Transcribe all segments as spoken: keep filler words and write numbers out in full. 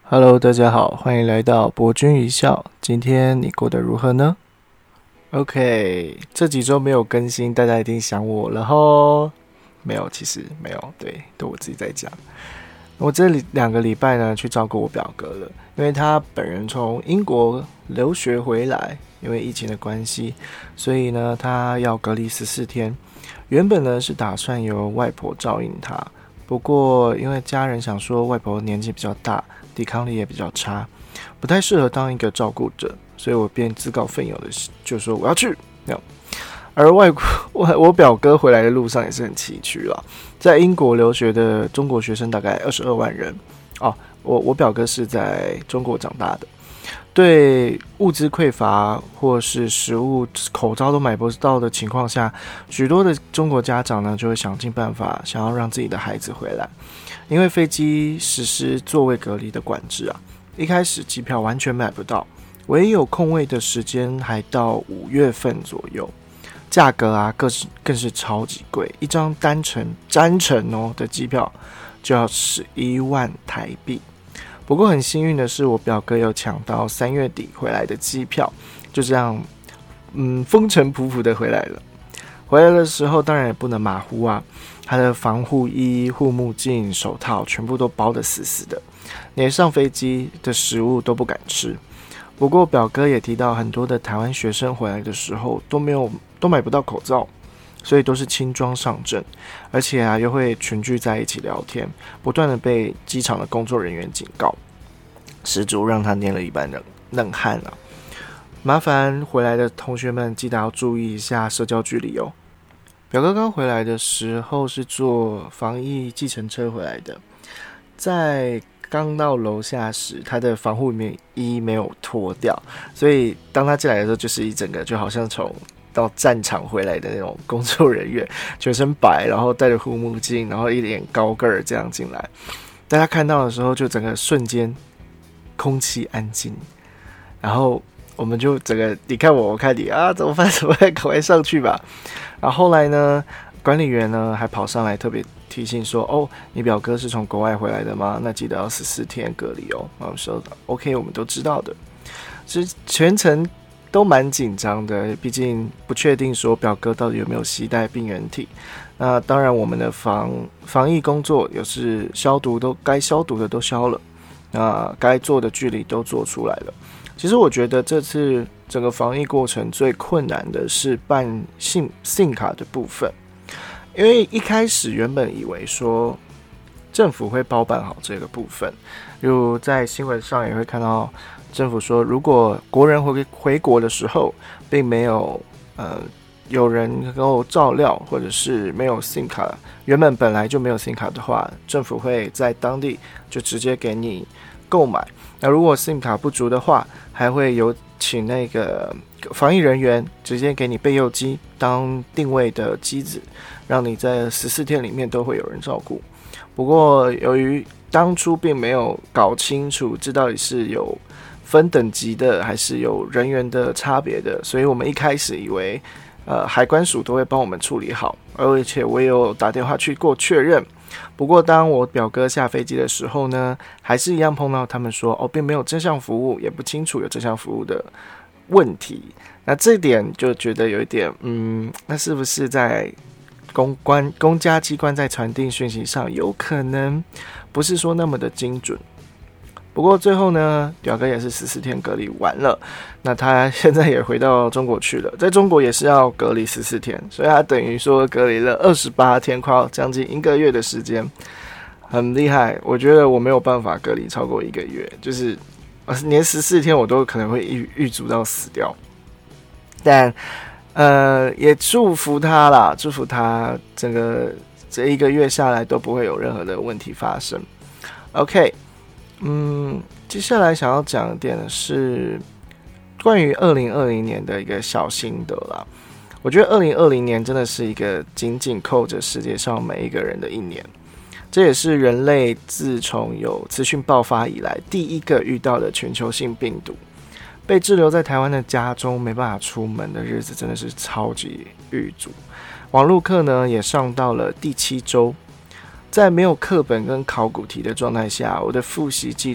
Hello，大家好，欢迎来到博君一笑。今天你过得如何呢？OK，这几周没有更新，大家一定想我了吼。没有，其实没有，对，都我自己在讲。我这里两个礼拜呢，去照顾我表哥了，因为他本人从英国留学回来，因为疫情的关系，所以呢，他要隔离十四天。原本呢是打算由外婆照应他，不过因为家人想说外婆年纪比较大，抵抗力也比较差，不太适合当一个照顾者，所以我便自告奋勇的就说我要去。而外国我我表哥回来的路上也是很崎岖啦，在英国留学的中国学生大概二十二万人哦，我我表哥是在中国长大的，对物资匮乏或是食物、口罩都买不到的情况下，许多的中国家长呢就会想尽办法想要让自己的孩子回来，因为飞机实施座位隔离的管制啊，一开始机票完全买不到，唯一有空位的时间还到五月份左右。价格啊，更是更是超级贵，一张单程单程哦的机票就要十一万台币。不过很幸运的是，我表哥有抢到三月底回来的机票，就这样，嗯，风尘仆仆的回来了。回来的时候当然也不能马虎啊，他的防护衣、护目镜、手套全部都包得死死的，连上飞机的食物都不敢吃。不过表哥也提到，很多的台湾学生回来的时候都没有都买不到口罩，所以都是轻装上阵，而且啊又会群聚在一起聊天，不断的被机场的工作人员警告，十足让他捏了一般的冷汗啊！麻烦回来的同学们记得要注意一下社交距离哦。表哥刚回来的时候是坐防疫计程车回来的，在刚到楼下时，他的防护衣没有脱掉，所以当他进来的时候，就是一整个就好像从到战场回来的那种工作人员，全身白，然后戴着护目镜，然后一脸高个儿这样进来。大家看到的时候，就整个瞬间空气安静，然后我们就整个你看我，我看你啊，怎么办？怎么办？赶快上去吧！然后后来呢，管理员呢还跑上来特别提醒说，哦，你表哥是从国外回来的吗？那记得要十四天隔离哦。然后说 OK， 我们都知道的。其实全程都蛮紧张的，毕竟不确定说表哥到底有没有携带病原体。那当然，我们的防防疫工作有是消毒都该消毒的都消了，那该做的距离都做出来了。其实我觉得这次整个防疫过程最困难的是办 SIM SIM 卡的部分。因为一开始原本以为说政府会包办好这个部分，就在新闻上也会看到政府说，如果国人回回国的时候，并没有呃有人能够照料，或者是没有 SIM 卡，原本本来就没有 SIM 卡的话，政府会在当地就直接给你购买。那如果 SIM 卡不足的话，还会有请那个防疫人员直接给你备用机当定位的机子，让你在十四天里面都会有人照顾。不过由于当初并没有搞清楚这到底是有分等级的还是有人员的差别的，所以我们一开始以为呃海关署都会帮我们处理好，而且我也有打电话去过确认。不过当我表哥下飞机的时候呢，还是一样碰到他们说哦，并没有这项服务，也不清楚有这项服务的问题。那这一点就觉得有一点，嗯，那是不是在公关公家机关在传递讯息上有可能不是说那么的精准？不过最后呢，表哥也是十四天隔离完了，那他现在也回到中国去了，在中国也是要隔离十四天，所以他等于说隔离了二十八天，快要将近一个月的时间，很厉害。我觉得我没有办法隔离超过一个月，就是连十四天我都可能会预预足到死掉。但呃，也祝福他啦，祝福他整个这一个月下来都不会有任何的问题发生。OK。嗯，接下来想要讲一点的是关于二零二零年的一个小心得啦。我觉得二零二零年真的是一个紧紧扣着世界上每一个人的一年，这也是人类自从有资讯爆发以来第一个遇到的全球性病毒。被滞留在台湾的家中没办法出门的日子真的是超级郁卒。网络课呢也上到了第七周，在没有课本跟考古题的状态下，我的复习进度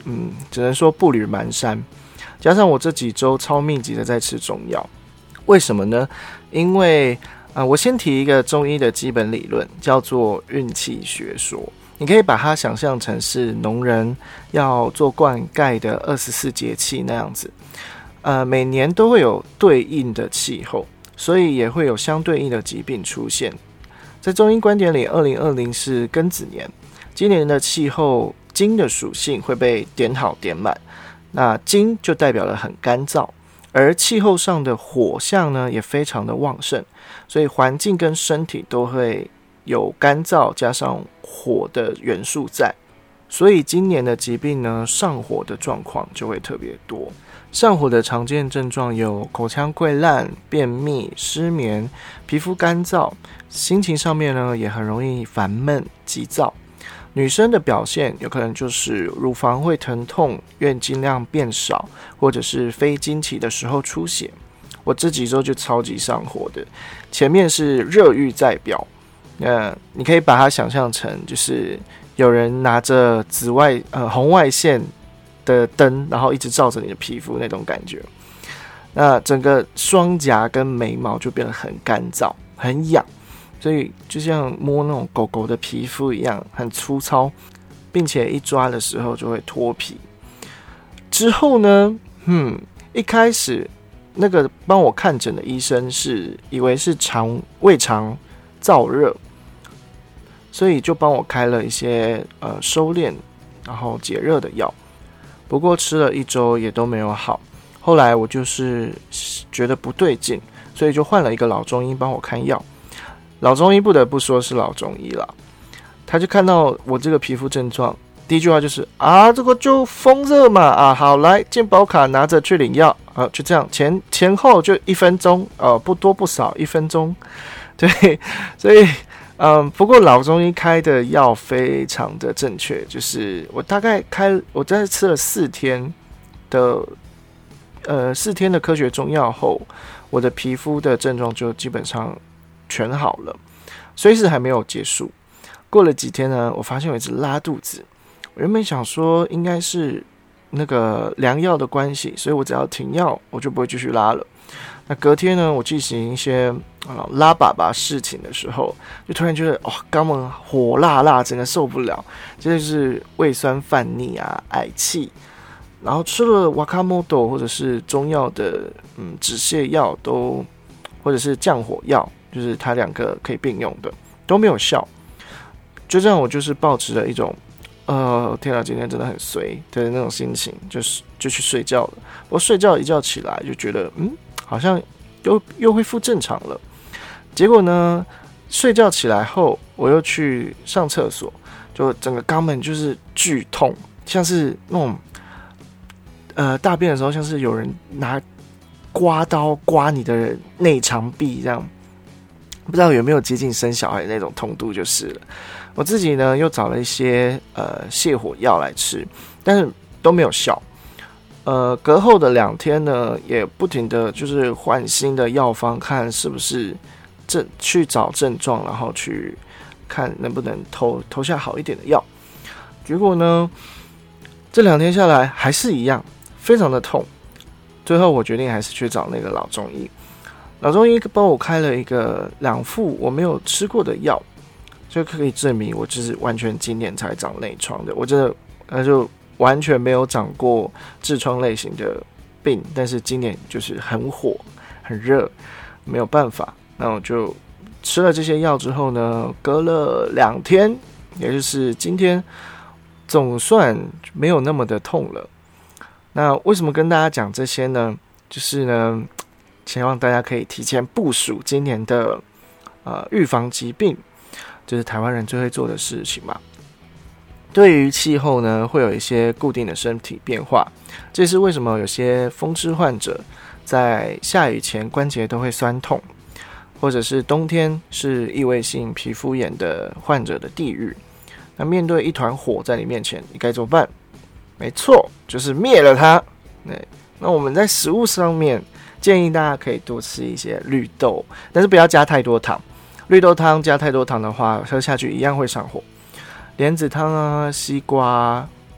嗯，只能说步履蹒跚。加上我这几周超密集的在吃中药，为什么呢？因为啊、呃，我先提一个中医的基本理论，叫做运气学说。你可以把它想象成是农人要做灌溉的二十四节气那样子，呃，每年都会有对应的气候，所以也会有相对应的疾病出现。在中医观点里，二零二零是庚子年，今年的气候金的属性会被点好点满，那金就代表了很干燥，而气候上的火象呢也非常的旺盛，所以环境跟身体都会有干燥加上火的元素在，所以今年的疾病呢，上火的状况就会特别多。上火的常见症状有口腔溃烂、便秘、失眠、皮肤干燥，心情上面呢也很容易烦闷、急躁。女生的表现有可能就是乳房会疼痛、月经量变少，或者是非经期的时候出血。我这几周就超级上火的，前面是热欲在表。那你可以把它想象成，就是有人拿着紫外呃红外线的灯，然后一直照着你的皮肤那种感觉。那整个双颊跟眉毛就变得很干燥、很痒，所以就像摸那种狗狗的皮肤一样，很粗糙，并且一抓的时候就会脱皮。之后呢，嗯，一开始那个帮我看诊的医生是以为是肠胃肠燥热，所以就帮我开了一些呃收敛然后解热的药，不过吃了一周也都没有好。后来我就是觉得不对劲，所以就换了一个老中医帮我看药。老中医不得不说是老中医了，他就看到我这个皮肤症状，第一句话就是啊，这个就风热嘛，啊，好，来健保卡拿着去领药，啊，就这样前前后就一分钟，呃，不多不少一分钟。对，所以嗯，不过老中医开的药非常的正确，就是我大概开我在吃了四天的呃四天的科学中药后，我的皮肤的症状就基本上全好了，虽是还没有结束。过了几天呢，我发现我一直拉肚子，我原本想说应该是那个良药的关系，所以我只要停药，我就不会继续拉了。那隔天呢，我进行一些、呃、拉粑粑事情的时候，就突然觉得哦，肛门火辣辣，真的受不了，这就是胃酸犯逆啊，嗳气。然后吃了瓦卡莫多或者是中药的嗯止泻药都，或者是降火药，就是它两个可以并用的，都没有效。就这样，我就是抱持了一种呃，天啊，今天真的很衰的那种心情，就是就去睡觉了。我睡觉一觉起来就觉得嗯。好像又又恢复正常了，结果呢，睡觉起来后，我又去上厕所，就整个肛门就是剧痛，像是那种呃大便的时候，像是有人拿刮刀刮你的内肠壁这样，不知道有没有接近生小孩的那种痛度就是了。我自己呢又找了一些呃泻火药来吃，但是都没有效。呃，隔后的两天呢，也不停的就是换新的药方，看是不是症去找症状，然后去看能不能投投下好一点的药。结果呢，这两天下来还是一样，非常的痛。最后我决定还是去找那个老中医。老中医帮我开了一个两副我没有吃过的药，就可以证明我就是完全今年才长内疮的。我真的那就。完全没有长过痔疮类型的病，但是今年就是很火很热，没有办法。那我就吃了这些药之后呢，隔了两天，也就是今天，总算没有那么的痛了。那为什么跟大家讲这些呢？就是呢，希望大家可以提前部署今年的呃预防疾病，这是台湾人最会做的事情嘛。对于气候呢，会有一些固定的身体变化，这是为什么有些风湿患者在下雨前关节都会酸痛，或者是冬天是异位性皮肤炎的患者的地狱。那面对一团火在你面前，你该怎么办？没错，就是灭了它。那我们在食物上面建议大家可以多吃一些绿豆，但是不要加太多糖。绿豆汤加太多糖的话，喝下去一样会上火。莲子汤啊、西瓜、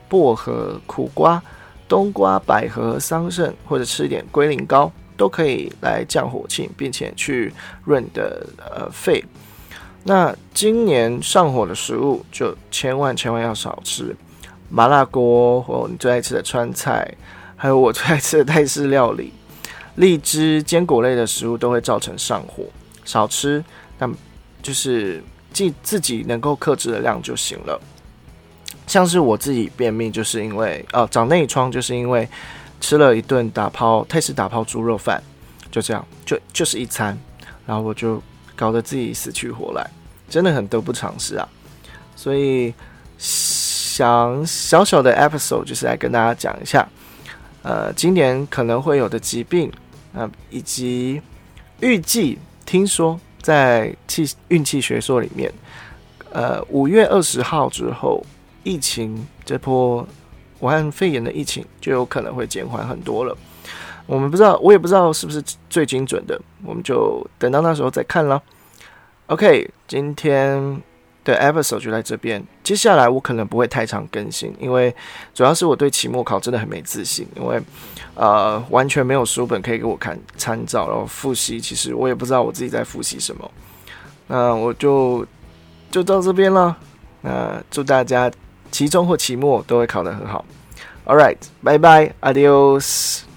薄荷、苦瓜、冬瓜、百合、桑葚，或者吃一点龟苓膏，都可以来降火气，并且去润你的呃肺。那今年上火的食物就千万千万要少吃，麻辣锅或你最爱吃的川菜，还有我最爱吃的泰式料理，荔枝、坚果类的食物都会造成上火，少吃，但就是自己能够克制的量就行了。像是我自己便秘，就是因为呃长内疮，就是因为吃了一顿打抛泰式打抛猪肉饭，就这样，就就是一餐，然后我就搞得自己死去活来，真的很得不偿失啊。所以想小小的 episode 就是来跟大家讲一下，呃，今年可能会有的疾病，呃，以及预计听说在气运气学说里面，呃，五月二十号之后，疫情这波武汉肺炎的疫情就有可能会减缓很多了。我们不知道，我也不知道是不是最精准的，我们就等到那时候再看了。OK， 今天的 episode 就在这边。接下来我可能不会太常更新，因为主要是我对期末考真的很没自信，因为呃完全没有书本可以给我看参照，然后复习，其实我也不知道我自己在复习什么。那我就就到这边了。那祝大家期中或期末都会考得很好。All right， 拜拜 ，Adios。